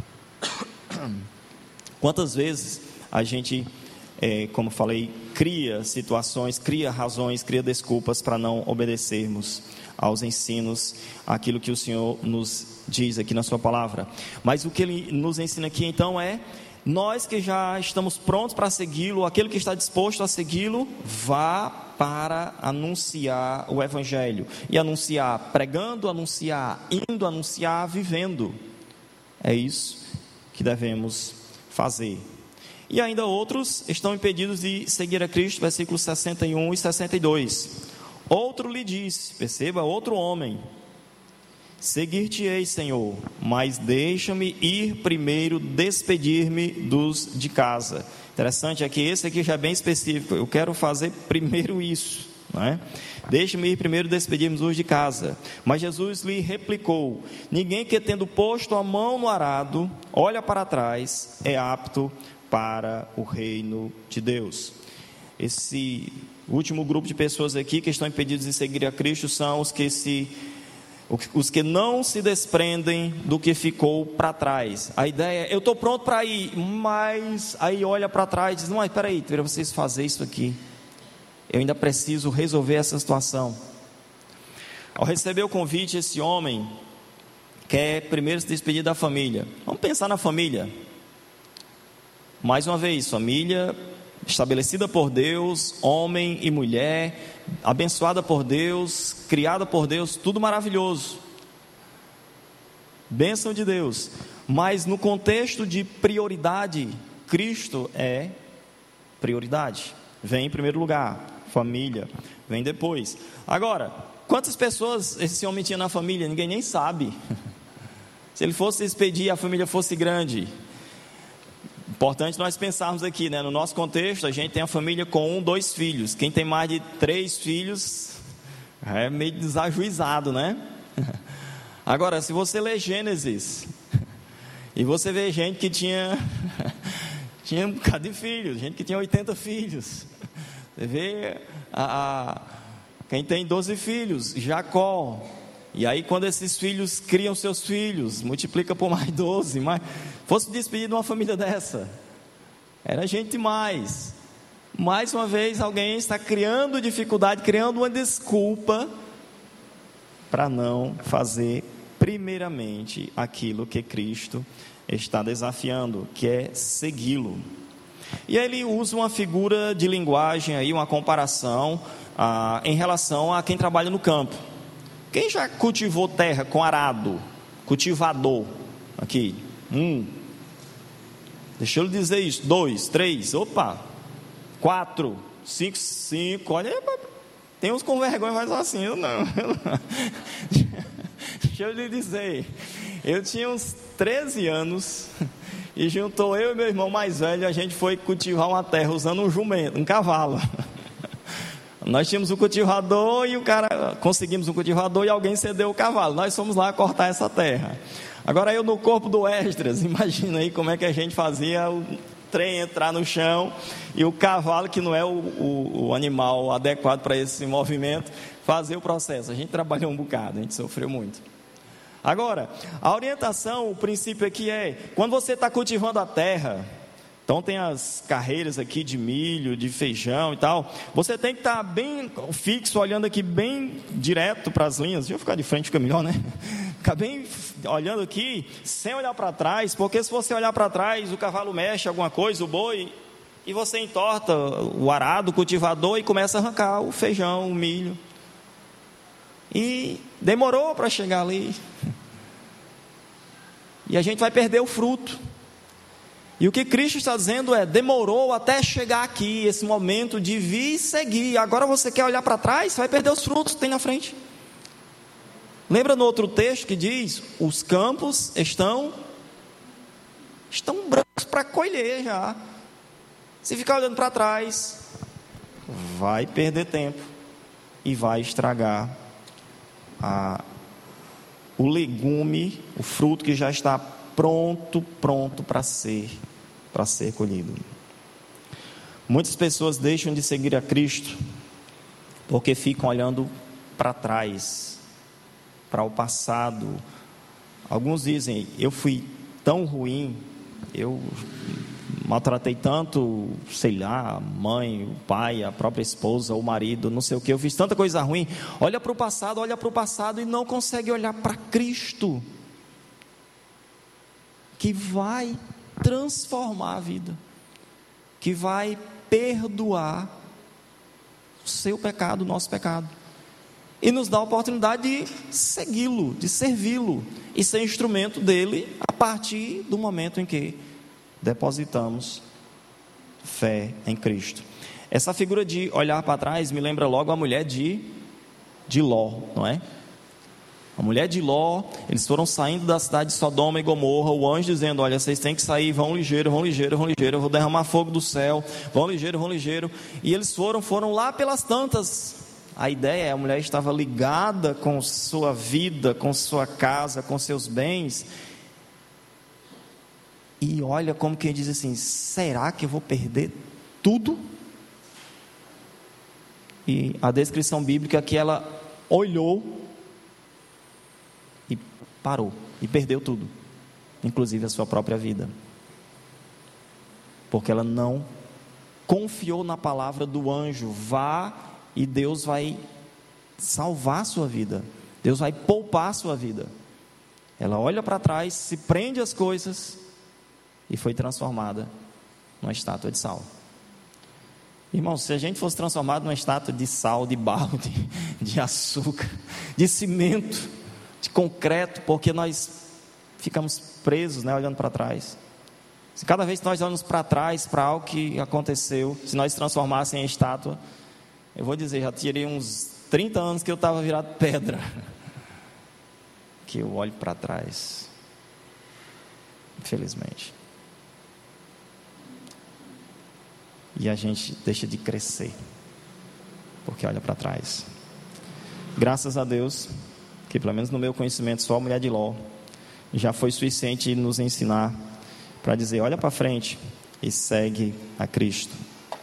Quantas vezes a gente, como falei, cria situações, cria razões, cria desculpas para não obedecermos aos ensinos, aquilo que o Senhor nos diz aqui na sua palavra. Mas o que Ele nos ensina aqui então é: nós que já estamos prontos para segui-lo, aquele que está disposto a segui-lo, vá para anunciar o Evangelho. E anunciar pregando, anunciar indo, anunciar vivendo. É isso que devemos fazer. E ainda outros estão impedidos de seguir a Cristo, versículos 61 e 62. Outro lhe disse, perceba, outro homem: seguir-te-ei, Senhor, mas deixa-me ir primeiro despedir-me dos de casa. Interessante é que esse aqui já é bem específico: eu quero fazer primeiro isso, não é? Deixa-me ir primeiro despedir-me dos de casa. Mas Jesus lhe replicou: ninguém que, tendo posto a mão no arado, olha para trás, é apto para o reino de Deus. Esse último grupo de pessoas aqui que estão impedidos de seguir a Cristo são os que não se desprendem do que ficou para trás. A ideia é: eu estou pronto para ir, mas aí olha para trás e diz: não, mas espera aí, para vocês fazer isso aqui, eu ainda preciso resolver essa situação. Ao receber o convite, esse homem quer primeiro se despedir da família. Vamos pensar na família. Mais uma vez, família estabelecida por Deus, homem e mulher, abençoada por Deus, criada por Deus, tudo maravilhoso. Bênção de Deus. Mas no contexto de prioridade, Cristo é prioridade. Vem em primeiro lugar, família vem depois. Agora, quantas pessoas esse homem tinha na família? Ninguém nem sabe. Se ele fosse despedir e a família fosse grande. Importante nós pensarmos aqui, né? No nosso contexto, a gente tem a família com 1, 2 filhos. Quem tem mais de 3 filhos é meio desajuizado, né? Agora, se você ler Gênesis e você vê gente que tinha um bocado de filhos, gente que tinha 80 filhos. Você vê quem tem 12 filhos, Jacó. E aí quando esses filhos criam seus filhos, multiplica por mais 12. Fosse despedir de uma família dessa, era gente demais. Mais uma vez alguém está criando dificuldade, criando uma desculpa para não fazer primeiramente aquilo que Cristo está desafiando, que é segui-lo. E aí ele usa uma figura de linguagem aí, uma comparação em relação a quem trabalha no campo. Quem já cultivou terra com arado? Cultivador. Aqui. 1. Deixa eu lhe dizer isso. 2, 3. Opa. 4, 5, 5. Olha aí, tem uns com vergonha, mas assim, eu não. Deixa eu lhe dizer. Eu tinha uns 13 anos e juntou eu e meu irmão mais velho, a gente foi cultivar uma terra usando um jumento, um cavalo. Nós tínhamos um cultivador e conseguimos um cultivador e alguém cedeu o cavalo. Nós fomos lá cortar essa terra. Agora eu no corpo do Esdras, imagina aí como é que a gente fazia o trem entrar no chão e o cavalo, que não é o animal adequado para esse movimento, fazer o processo. A gente trabalhou um bocado, a gente sofreu muito. Agora, a orientação, o princípio aqui é, quando você está cultivando a terra, então tem as carreiras aqui de milho, de feijão e tal, você tem que estar bem fixo, olhando aqui bem direto para as linhas. Deixa eu ficar de frente, fica melhor, né? Ficar bem olhando aqui, sem olhar para trás, porque se você olhar para trás, o cavalo mexe alguma coisa, o boi, e você entorta o arado, o cultivador, e começa a arrancar o feijão, o milho. E demorou para chegar ali. E a gente vai perder o fruto. E o que Cristo está dizendo é, demorou até chegar aqui, esse momento de vir e seguir. Agora você quer olhar para trás, você vai perder os frutos que tem na frente. Lembra no outro texto que diz, os campos estão brancos para colher já. Se ficar olhando para trás, vai perder tempo e vai estragar o legume, o fruto que já está pronto para ser colhido. Muitas pessoas deixam de seguir a Cristo porque ficam olhando para trás, para o passado. Alguns dizem, eu fui tão ruim, eu maltratei tanto, sei lá, a mãe, o pai, a própria esposa, o marido, não sei o que, eu fiz tanta coisa ruim. Olha para o passado e não consegue olhar para Cristo, que vai transformar a vida, que vai perdoar o seu pecado, o nosso pecado, e nos dá a oportunidade de segui-lo, de servi-lo, e ser instrumento dele a partir do momento em que depositamos fé em Cristo. Essa figura de olhar para trás me lembra logo a mulher de Ló, não é? A mulher de Ló, eles foram saindo da cidade de Sodoma e Gomorra, o anjo dizendo, olha, vocês têm que sair, vão ligeiro, eu vou derramar fogo do céu, vão ligeiro, e eles foram lá pelas tantas. A ideia é, a mulher estava ligada com sua vida, com sua casa, com seus bens, e olha como quem diz assim, será que eu vou perder tudo? E a descrição bíblica é que ela olhou e parou, e perdeu tudo, inclusive a sua própria vida, porque ela não confiou na palavra do anjo, vá e Deus vai salvar a sua vida. Deus vai poupar a sua vida. Ela olha para trás, se prende às coisas e foi transformada numa estátua de sal. Irmão, se a gente fosse transformado numa estátua de sal, de barro, de açúcar, de cimento, de concreto, porque nós ficamos presos, né, olhando para trás. Se cada vez que nós olhamos para trás, para algo que aconteceu, se nós transformássemos em estátua, eu vou dizer, já tirei uns 30 anos que eu estava virado pedra. Que eu olho para trás, infelizmente. E a gente deixa de crescer, porque olha para trás. Graças a Deus, que pelo menos no meu conhecimento, só a mulher de Ló já foi suficiente nos ensinar para dizer, olha para frente e segue a Cristo.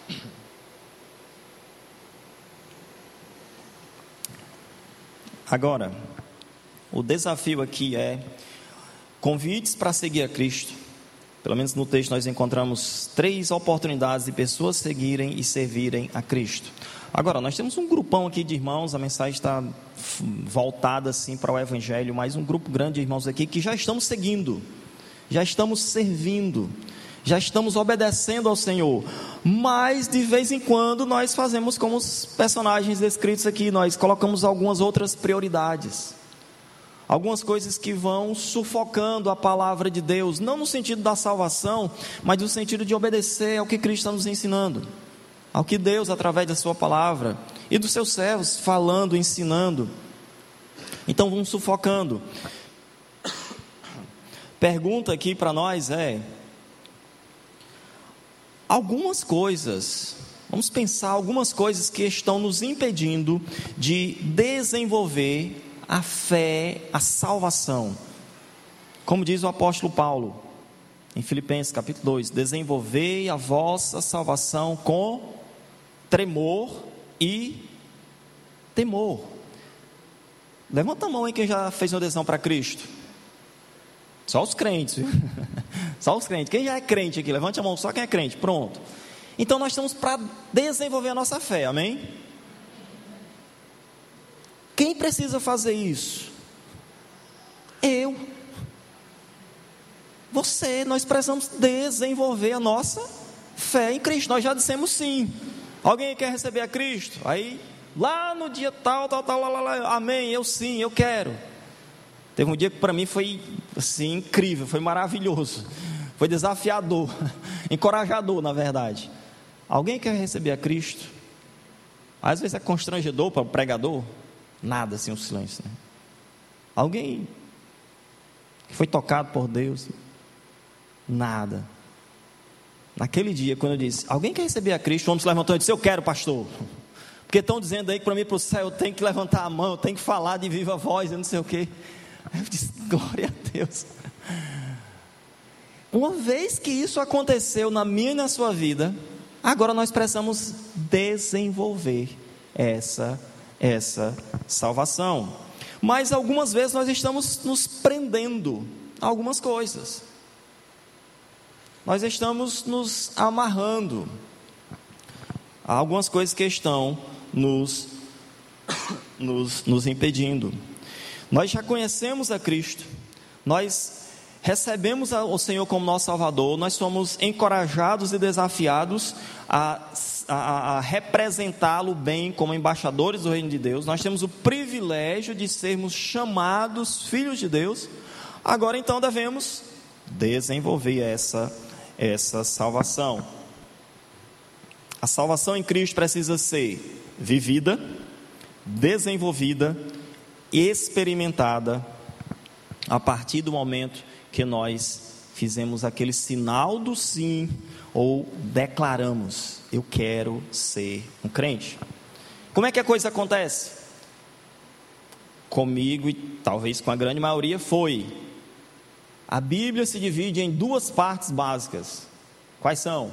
Agora, o desafio aqui é convites para seguir a Cristo. Pelo menos no texto nós encontramos 3 oportunidades de pessoas seguirem e servirem a Cristo. Agora, nós temos um grupão aqui de irmãos, a mensagem está voltada assim para o Evangelho, mas um grupo grande de irmãos aqui que já estamos seguindo, já estamos servindo, já estamos obedecendo ao Senhor, mas de vez em quando nós fazemos como os personagens descritos aqui, nós colocamos algumas outras prioridades, algumas coisas que vão sufocando a palavra de Deus, não no sentido da salvação, mas no sentido de obedecer ao que Cristo está nos ensinando, ao que Deus, através da sua palavra, e dos seus servos, falando, ensinando, então vamos sufocando. Pergunta aqui para nós é, algumas coisas, vamos pensar algumas coisas que estão nos impedindo de desenvolver a fé, a salvação. Como diz o apóstolo Paulo, em Filipenses capítulo 2, desenvolvei a vossa salvação com tremor e temor. Levanta a mão aí quem já fez uma adesão para Cristo. Só os crentes, viu? Só os crentes. Quem já é crente aqui, levante a mão, só quem é crente, pronto. Então nós estamos para desenvolver a nossa fé, amém? Quem precisa fazer isso? Eu. Você, nós precisamos desenvolver a nossa fé em Cristo. Nós já dissemos sim. Alguém quer receber a Cristo? Aí, lá no dia tal, lá, amém, eu sim, eu quero. Teve um dia que para mim foi assim, incrível, foi maravilhoso, foi desafiador, encorajador na verdade. Alguém quer receber a Cristo? Às vezes é constrangedor para o pregador, nada assim, um silêncio, né? Alguém que foi tocado por Deus? Nada. Naquele dia, quando eu disse, alguém quer receber a Cristo? O homem se levantou e disse, eu quero, pastor. Porque estão dizendo aí que para mim, para o céu, eu tenho que levantar a mão, eu tenho que falar de viva voz, eu não sei o quê. Aí eu disse, glória a Deus. Uma vez que isso aconteceu na minha e na sua vida, agora nós precisamos desenvolver essa salvação. Mas algumas vezes nós estamos nos prendendo a algumas coisas. Nós estamos nos amarrando a algumas coisas que estão nos impedindo. Nós já conhecemos a Cristo, nós recebemos o Senhor como nosso Salvador, nós somos encorajados e desafiados a representá-lo bem como embaixadores do reino de Deus. Nós temos o privilégio de sermos chamados filhos de Deus. Agora então devemos desenvolver essa salvação. A salvação em Cristo precisa ser vivida, desenvolvida, experimentada a partir do momento que nós fizemos aquele sinal do sim ou declaramos, eu quero ser um crente. Como é que a coisa acontece? Comigo e talvez com a grande maioria foi. A Bíblia se divide em 2 partes básicas. Quais são?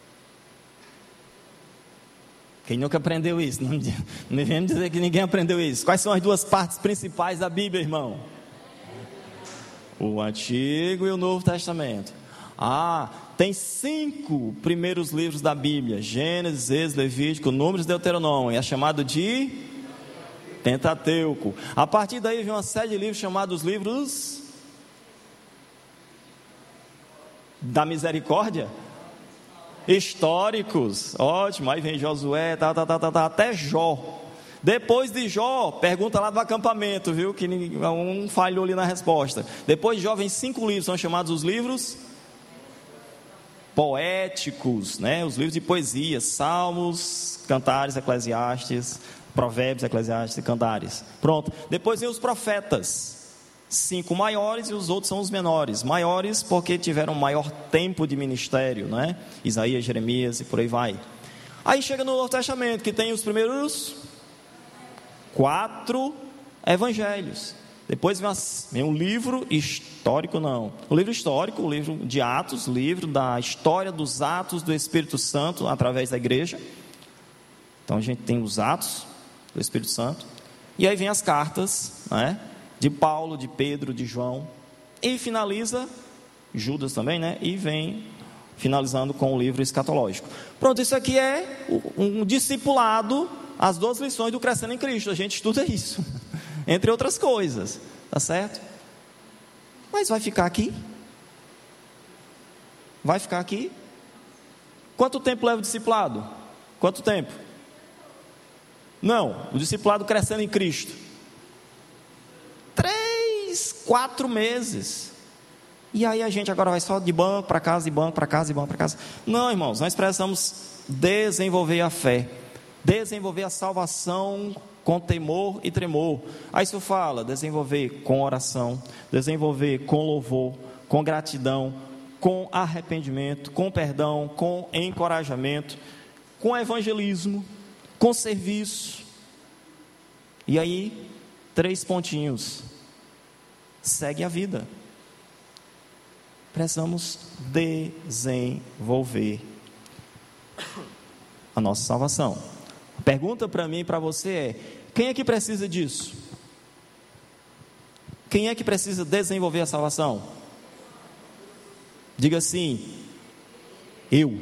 Quem nunca aprendeu isso? Não me venha dizer que ninguém aprendeu isso. Quais são as 2 partes principais da Bíblia, irmão? O Antigo e o Novo Testamento. Tem 5 primeiros livros da Bíblia: Gênesis, Êxodo, Levítico, Números e Deuteronômio. É chamado de Pentateuco. A partir daí vem uma série de livros chamados livros da misericórdia, históricos, ótimo. Aí vem Josué, até Jó. Depois de Jó, pergunta lá do acampamento, viu, que um falhou ali na resposta. Depois de Jó vem 5 livros, são chamados os livros poéticos, né? Os livros de poesia, Salmos, Cantares, Eclesiastes, Provérbios, Eclesiastes e Cantares. Pronto. Depois vem os profetas, 5 maiores e os outros são os menores. Maiores porque tiveram maior tempo de ministério, né? Isaías, Jeremias e por aí vai. Aí chega no Novo Testamento, que tem os primeiros 4 evangelhos. Depois vem um livro histórico, não. O livro histórico, o livro de Atos, o livro da história dos atos do Espírito Santo através da igreja. Então a gente tem os atos do Espírito Santo. E aí vem as cartas, né, de Paulo, de Pedro, de João. E finaliza, Judas também, né? E vem finalizando com o livro escatológico. Pronto, isso aqui é um discipulado, as 2 lições do Crescendo em Cristo. A gente estuda isso, entre outras coisas, tá certo? Mas vai ficar aqui? Vai ficar aqui? Quanto tempo leva o discipulado? Quanto tempo? Não, o discipulado Crescendo em Cristo 3, 4 meses. E aí a gente agora vai só de banco para casa, de banco para casa, de banco para casa. Não, irmãos, nós precisamos desenvolver a fé, desenvolver a salvação com temor e tremor. Aí isso fala, desenvolver com oração, desenvolver com louvor, com gratidão, com arrependimento, com perdão, com encorajamento, com evangelismo, com serviço. E aí, 3 pontinhos. Segue a vida. Precisamos desenvolver a nossa salvação. A pergunta para mim e para você é: quem é que precisa disso? Quem é que precisa desenvolver a salvação? Diga assim: eu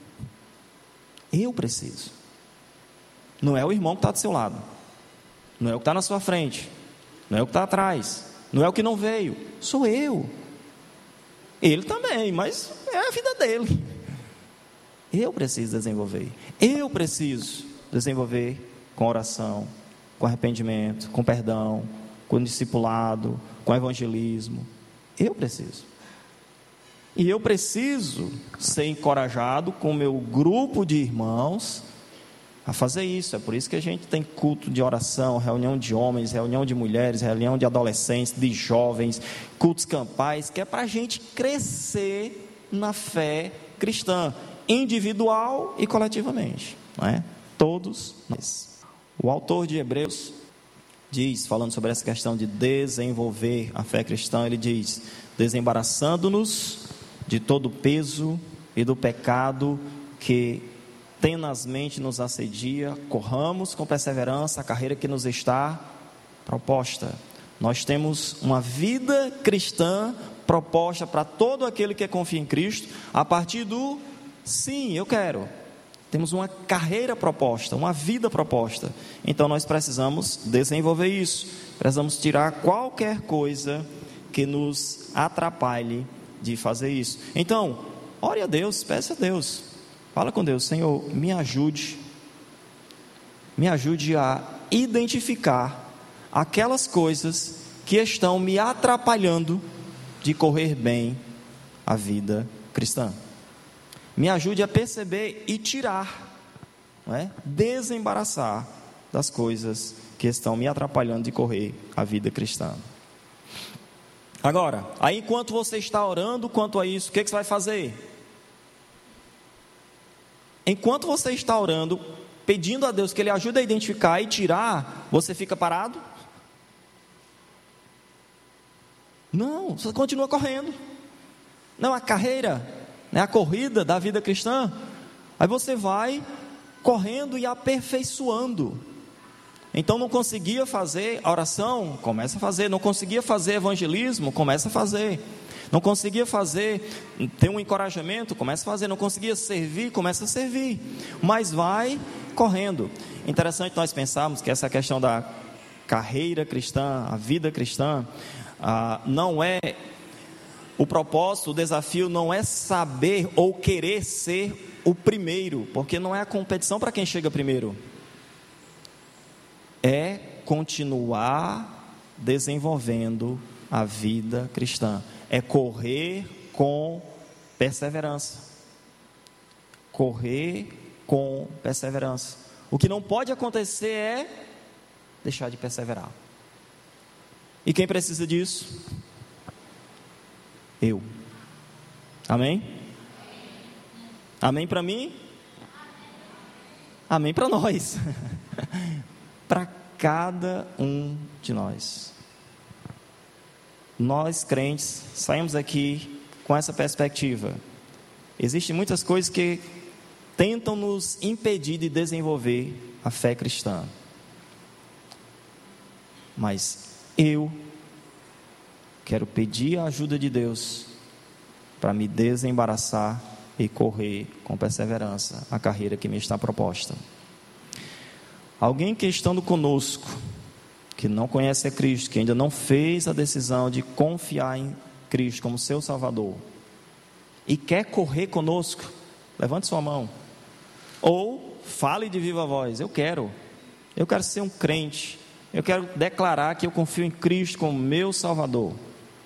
preciso. Não é o irmão que está do seu lado, não é o que está na sua frente, não é o que está atrás, não é o que não veio, sou eu. Ele também, mas é a vida dele. Eu preciso desenvolver. Eu preciso desenvolver com oração, com arrependimento, com perdão, com discipulado, com evangelismo. Eu preciso. E eu preciso ser encorajado com o meu grupo de irmãos a fazer isso. É por isso que a gente tem culto de oração, reunião de homens, reunião de mulheres, reunião de adolescentes, de jovens, cultos campais, que é para a gente crescer na fé cristã, individual e coletivamente, não é? Todos nós. O autor de Hebreus diz, falando sobre essa questão de desenvolver a fé cristã, ele diz: desembaraçando-nos de todo o peso e do pecado que tenazmente nos assedia, corramos com perseverança a carreira que nos está proposta. Nós temos uma vida cristã proposta para todo aquele que confia em Cristo, a partir do sim, eu quero. Temos uma carreira proposta, uma vida proposta. Então nós precisamos desenvolver isso. Precisamos tirar qualquer coisa que nos atrapalhe de fazer isso. Então, ore a Deus, peça a Deus. Fala com Deus: Senhor, me ajude a identificar aquelas coisas que estão me atrapalhando de correr bem a vida cristã. Me ajude a perceber e tirar, não é? Desembaraçar das coisas que estão me atrapalhando de correr a vida cristã. Agora, aí enquanto você está orando quanto a isso, o que você vai fazer? Enquanto você está orando, pedindo a Deus que Ele ajude a identificar e tirar, você fica parado? Não, você continua correndo. Não, a carreira, né, a corrida da vida cristã. Aí você vai correndo e aperfeiçoando. Então não conseguia fazer a oração, começa a fazer. Não conseguia fazer evangelismo, começa a fazer. Não conseguia ter um encorajamento, começa a fazer. Não conseguia servir, começa a servir. Mas vai correndo. Interessante nós pensarmos que essa questão da carreira cristã, a vida cristã, não é o propósito, o desafio não é saber ou querer ser o primeiro, porque não é a competição para quem chega primeiro, é continuar desenvolvendo a vida cristã, é correr com perseverança, correr com perseverança. O que não pode acontecer é deixar de perseverar. E quem precisa disso? Eu. Amém? Amém para mim? Amém para nós. Para cada um de nós. Nós crentes saímos aqui com essa perspectiva. Existem muitas coisas que tentam nos impedir de desenvolver a fé cristã. Mas eu quero pedir a ajuda de Deus para me desembaraçar e correr com perseverança a carreira que me está proposta. Alguém que estando conosco, que não conhece a Cristo, que ainda não fez a decisão de confiar em Cristo como seu Salvador, e quer correr conosco, levante sua mão, ou fale de viva voz: eu quero ser um crente, eu quero declarar que eu confio em Cristo como meu Salvador.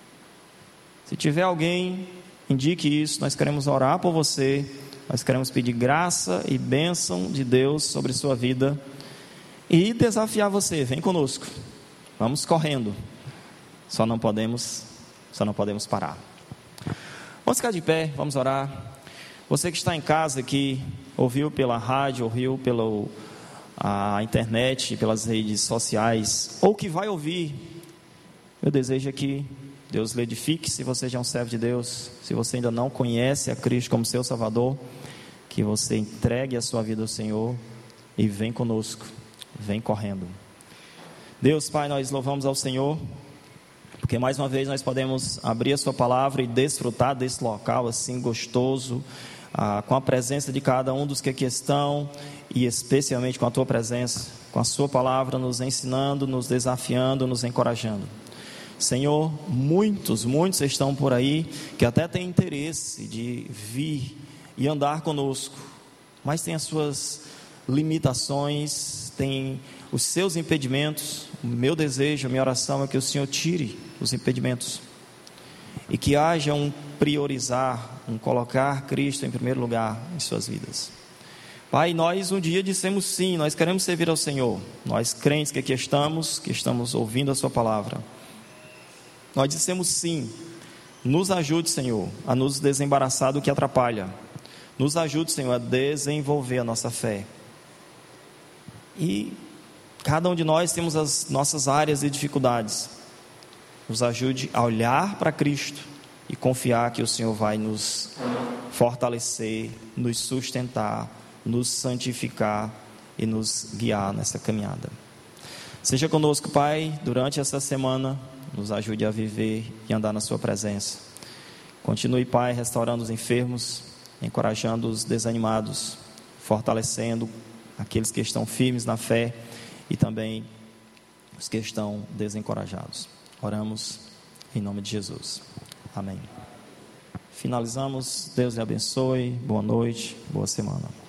Se tiver alguém, indique isso. Nós queremos orar por você, nós queremos pedir graça e bênção de Deus sobre sua vida e desafiar você. Vem conosco, vamos correndo, só não podemos parar. Vamos ficar de pé, vamos orar. Você que está em casa, que ouviu pela rádio, ouviu pela internet, pelas redes sociais, ou que vai ouvir, meu desejo é que Deus lhe edifique. Se você já é um servo de Deus, se você ainda não conhece a Cristo como seu Salvador, que você entregue a sua vida ao Senhor e vem conosco, vem correndo. Deus Pai, nós louvamos ao Senhor, porque mais uma vez nós podemos abrir a sua palavra e desfrutar desse local assim gostoso, com a presença de cada um dos que aqui estão, e especialmente com a tua presença, com a sua palavra nos ensinando, nos desafiando, nos encorajando. Senhor, muitos estão por aí que até têm interesse de vir e andar conosco, mas tem as suas limitações, tem os seus impedimentos. O meu desejo, a minha oração é que o Senhor tire os impedimentos e que haja um priorizar, um colocar Cristo em primeiro lugar em suas vidas. Pai, nós um dia dissemos sim, nós queremos servir ao Senhor. Nós crentes que aqui estamos, que estamos ouvindo a sua palavra, nós dissemos sim. Nos ajude, Senhor, a nos desembaraçar do que atrapalha. Nos ajude, Senhor, a desenvolver a nossa fé. E cada um de nós temos as nossas áreas de dificuldades. Nos ajude a olhar para Cristo e confiar que o Senhor vai nos fortalecer, nos sustentar, nos santificar e nos guiar nessa caminhada. Seja conosco, Pai, durante essa semana. Nos ajude a viver e andar na sua presença. Continue, Pai, restaurando os enfermos, encorajando os desanimados, fortalecendo aqueles que estão firmes na fé e também os que estão desencorajados. Oramos em nome de Jesus. Amém. Finalizamos. Deus lhe abençoe. Boa noite, boa semana.